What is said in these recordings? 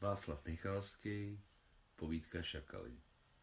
Václav Michalský, povídka Šakaly.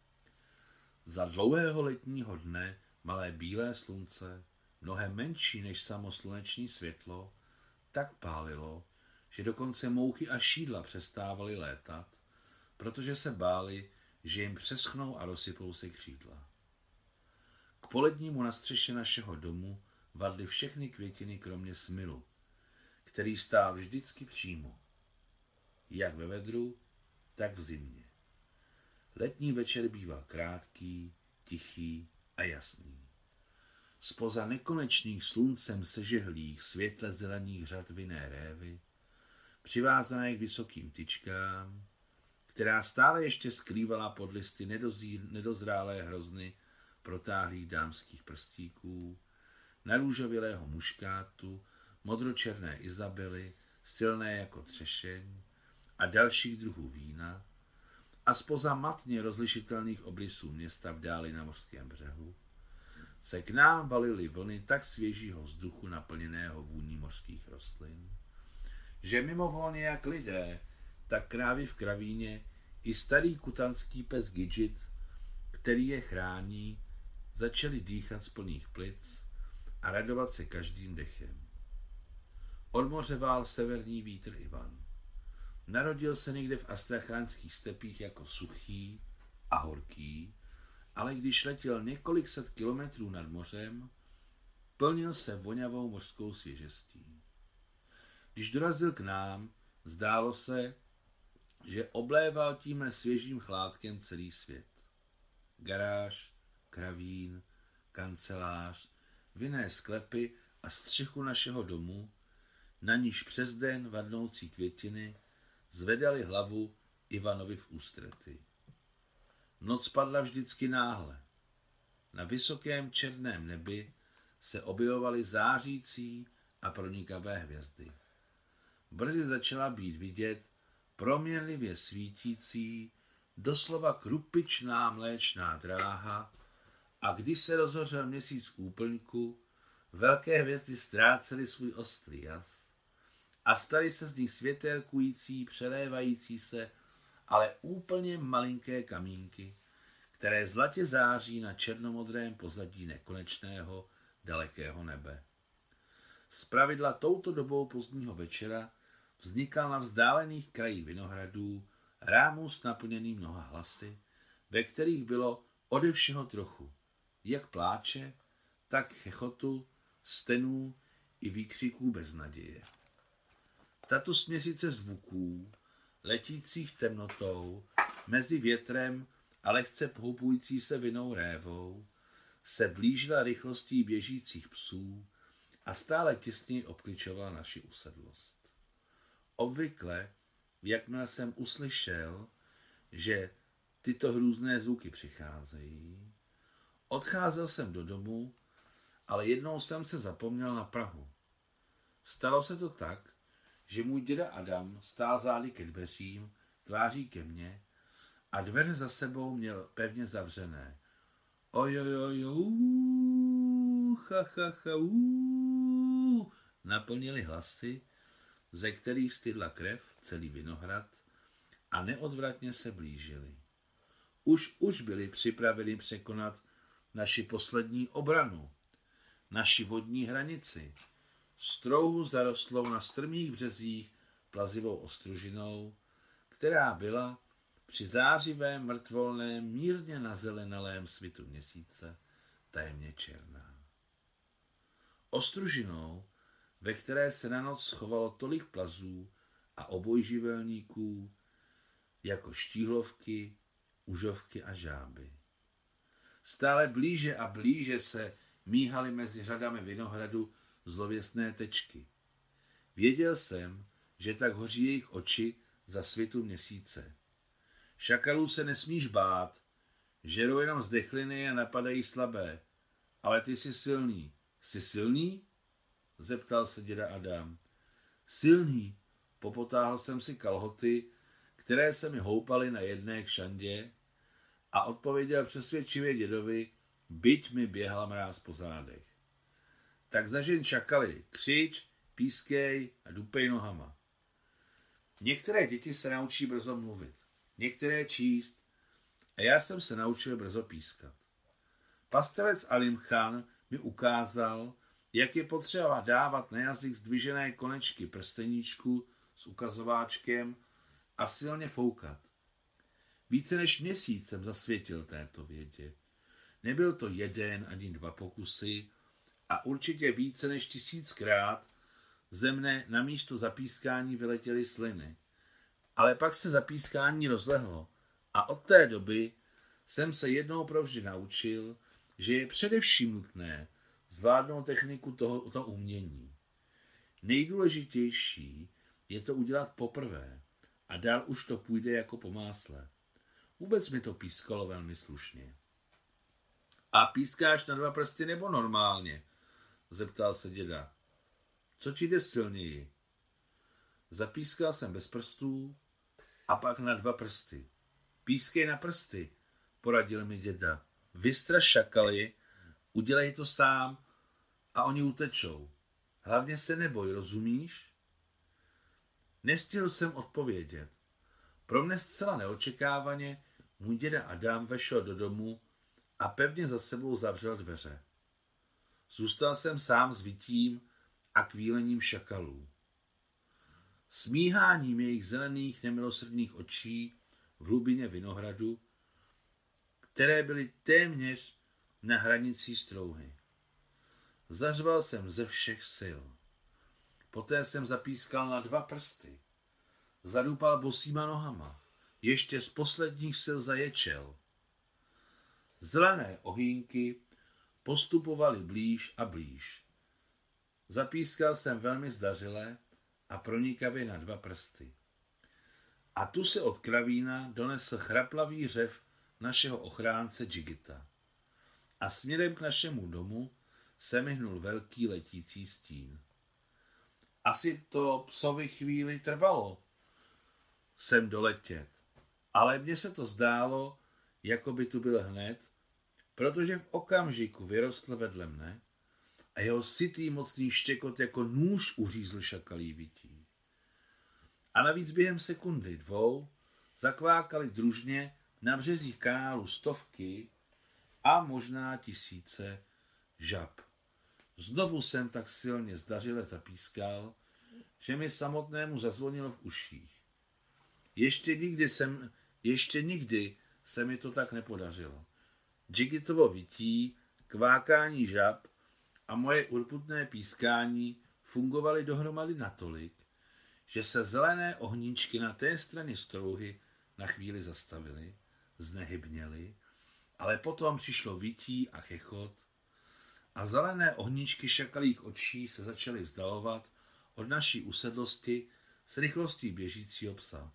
Za dlouhého letního dne malé bílé slunce, mnohem menší než samo sluneční světlo, tak pálilo, že dokonce mouchy a šídla přestávaly létat, protože se báli, že jim přeschnou a rozsypou se křídla. K polednímu na střeše našeho domu vadly všechny květiny kromě smylu, který stál vždycky přímo, jak ve vedru, tak v zimě. Letní večer býval krátký, tichý a jasný. Zpoza nekonečných sluncem sežehlých světle zelených řad vinné révy, přivázané k vysokým tyčkám, která stále ještě skrývala pod listy nedozrálé hrozny protáhlých dámských prstíků, narůžovělého muškátu, modročerné Izabely, silné jako třešeň a dalších druhů vína, a zpoza matně rozlišitelných obrysů města v dáli na mořském břehu se k nám valily vlny tak svěžího vzduchu naplněného vůní mořských rostlin, že mimovolně jak lidé, tak krávy v kravíně i starý kutanský pes Gidžit, který je chrání, začali dýchat z plných plic a radovat se každým dechem. Od moře vál severní vítr Ivan. Narodil se někde v astrachánských stepích jako suchý a horký, ale když letěl několik set kilometrů nad mořem, plnil se vonavou mořskou svěžestí. Když dorazil k nám, zdálo se, že obléval tímhle svěžím chládkem celý svět. Garáž, kravín, kancelář, vinné sklepy a střechu našeho domu, na níž přes den vadnoucí květiny zvedali hlavu Ivanovi v ústrety. Noc padla vždycky náhle. Na vysokém černém nebi se objevovaly zářící a pronikavé hvězdy. Brzy začala být vidět proměnlivě svítící, doslova krupičná mléčná dráha, a když se rozhořel měsíc úplňku, velké hvězdy ztrácely svůj ostrý jas a staly se z nich světélkující, přelévající se, ale úplně malinké kamínky, které zlatě září na černomodrém pozadí nekonečného, dalekého nebe. Zpravidla touto dobou pozdního večera vznikal na vzdálených krajích vinohradů rámus naplněný mnoha hlasy, ve kterých bylo ode všeho trochu, jak pláče, tak chechotu, stenů i výkřiků beznaděje. Tato směsice zvuků, letících temnotou, mezi větrem a lehce pohubující se vinnou révou, se blížila rychlostí běžících psů a stále těsněji obkličovala naši usedlost. Obvykle, jakmile jsem uslyšel, že tyto hrůzné zvuky přicházejí, odcházel jsem do domu, ale jednou jsem se zapomněl na Prahu. Stalo se to tak, že můj děda Adam stál zády ke dveřím, tváří ke mně, a dveře za sebou měl pevně zavřené. Naplnili hlasy, ze kterých stydla krev celý vinohrad, a neodvratně se blížili. Už byli připraveni překonat naši poslední obranu, naši vodní hranici, strouhu zarostlou na strmých březích plazivou ostružinou, která byla při zářivém, mrtvolném, mírně nazelenalém svitu měsíce tajemně černá. Ostružinou, ve které se na noc schovalo tolik plazů a obojživelníků, jako štíhlovky, užovky a žáby. Stále blíže a blíže se míhaly mezi řadami vinohradu zlověstné tečky. Věděl jsem, že tak hoří jejich oči za svitu měsíce. Šakalů se nesmíš bát, žerou jenom zdechliny a napadají slabé. Ale ty jsi silný. Jsi silný? Zeptal se děda Adam. Silný, popotáhl jsem si kalhoty, které se mi houpaly na jedné kšandě, a odpověděl přesvědčivě dědovi, byť mi běhal mráz po zádech. Tak zažeň šakaly, křič, pískej a dupej nohama. Některé děti se naučí brzo mluvit, některé číst a já jsem se naučil brzo pískat. Pastevec Alim Khan mi ukázal, jak je potřeba dávat na jazyk zdvižené konečky prsteníčku s ukazováčkem a silně foukat. Více než měsíc jsem zasvětil této vědě. Nebyl to 1 ani 2 pokusy a určitě více než 1000krát ze mne na místo zapískání vyletěly sliny. Ale pak se zapískání rozlehlo a od té doby jsem se jednou provždy naučil, že je především nutné zvládnout techniku tohoto umění. Nejdůležitější je to udělat poprvé a dál už to půjde jako po másle. Vůbec mi to pískalo velmi slušně. A pískáš na 2 prsty nebo normálně? Zeptal se děda. Co ti jde silněji? Zapískal jsem bez prstů a pak na 2 prsty. Pískej na prsty, poradil mi děda. Vystraš šakaly, udělej to sám a oni utečou. Hlavně se neboj, rozumíš? Nestihl jsem odpovědět. Pro mne zcela neočekávaně můj děda Adam vešel do domu a pevně za sebou zavřel dveře. Zůstal jsem sám s vytím a kvílením šakalů. Smíháním jejich zelených nemilosrdných očí v hlubině vinohradu, které byly téměř na hranici strouhy. Zařval jsem ze všech sil. Poté jsem zapískal na 2 prsty. Zadupal bosýma nohama. Ještě z posledních sil zaječel. Zelené ohýnky postupovaly blíž a blíž. Zapískal jsem velmi zdařile a pronikavě na 2 prsty. A tu se od kravína donesl chraplavý řev našeho ochránce Džigita. A směrem k našemu domu se mi hnul velký letící stín. Asi to psovi chvíli trvalo sem doletět, ale mně se to zdálo, jako by tu byl hned, protože v okamžiku vyrostl vedle mne a jeho sytý mocný štěkot jako nůž uřízl šakalí vytí. A navíc během sekundy 2 zakvákaly družně na březích kanálu stovky a možná 1000 žab. Znovu jsem tak silně zdařile zapískal, že mi samotnému zazvonilo v uších. Ještě nikdy se mi to tak nepodařilo. Džigitovo vytí, kvákání žab a moje urputné pískání fungovaly dohromady natolik, že se zelené ohníčky na té straně strouhy na chvíli zastavily, znehybněly, ale potom přišlo vytí a chechot a zelené ohníčky šakalých očí se začaly vzdalovat od naší usedlosti s rychlostí běžícího psa.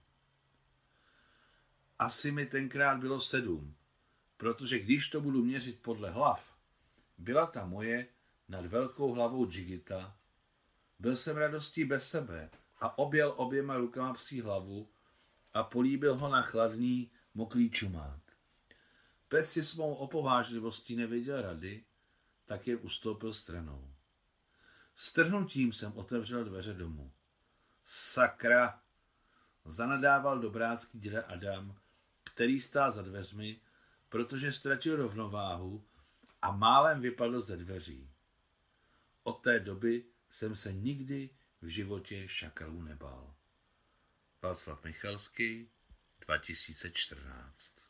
Asi mi tenkrát bylo 7, protože když to budu měřit podle hlav, byla ta moje nad velkou hlavou Džigita. Byl jsem radostí bez sebe a objel oběma rukama psí hlavu a políbil ho na chladný, mokrý čumák. Pes si s mou opovážlivostí nevěděl rady, tak jen ustoupil stranou. Strhnutím jsem otevřel dveře domu. Sakra! Zanadával dobrácký děda Adam, který stál za dveřmi, protože ztratil rovnováhu a málem vypadl ze dveří. Od té doby jsem se nikdy v životě šakalů nebál. Václav Michalský, 2014.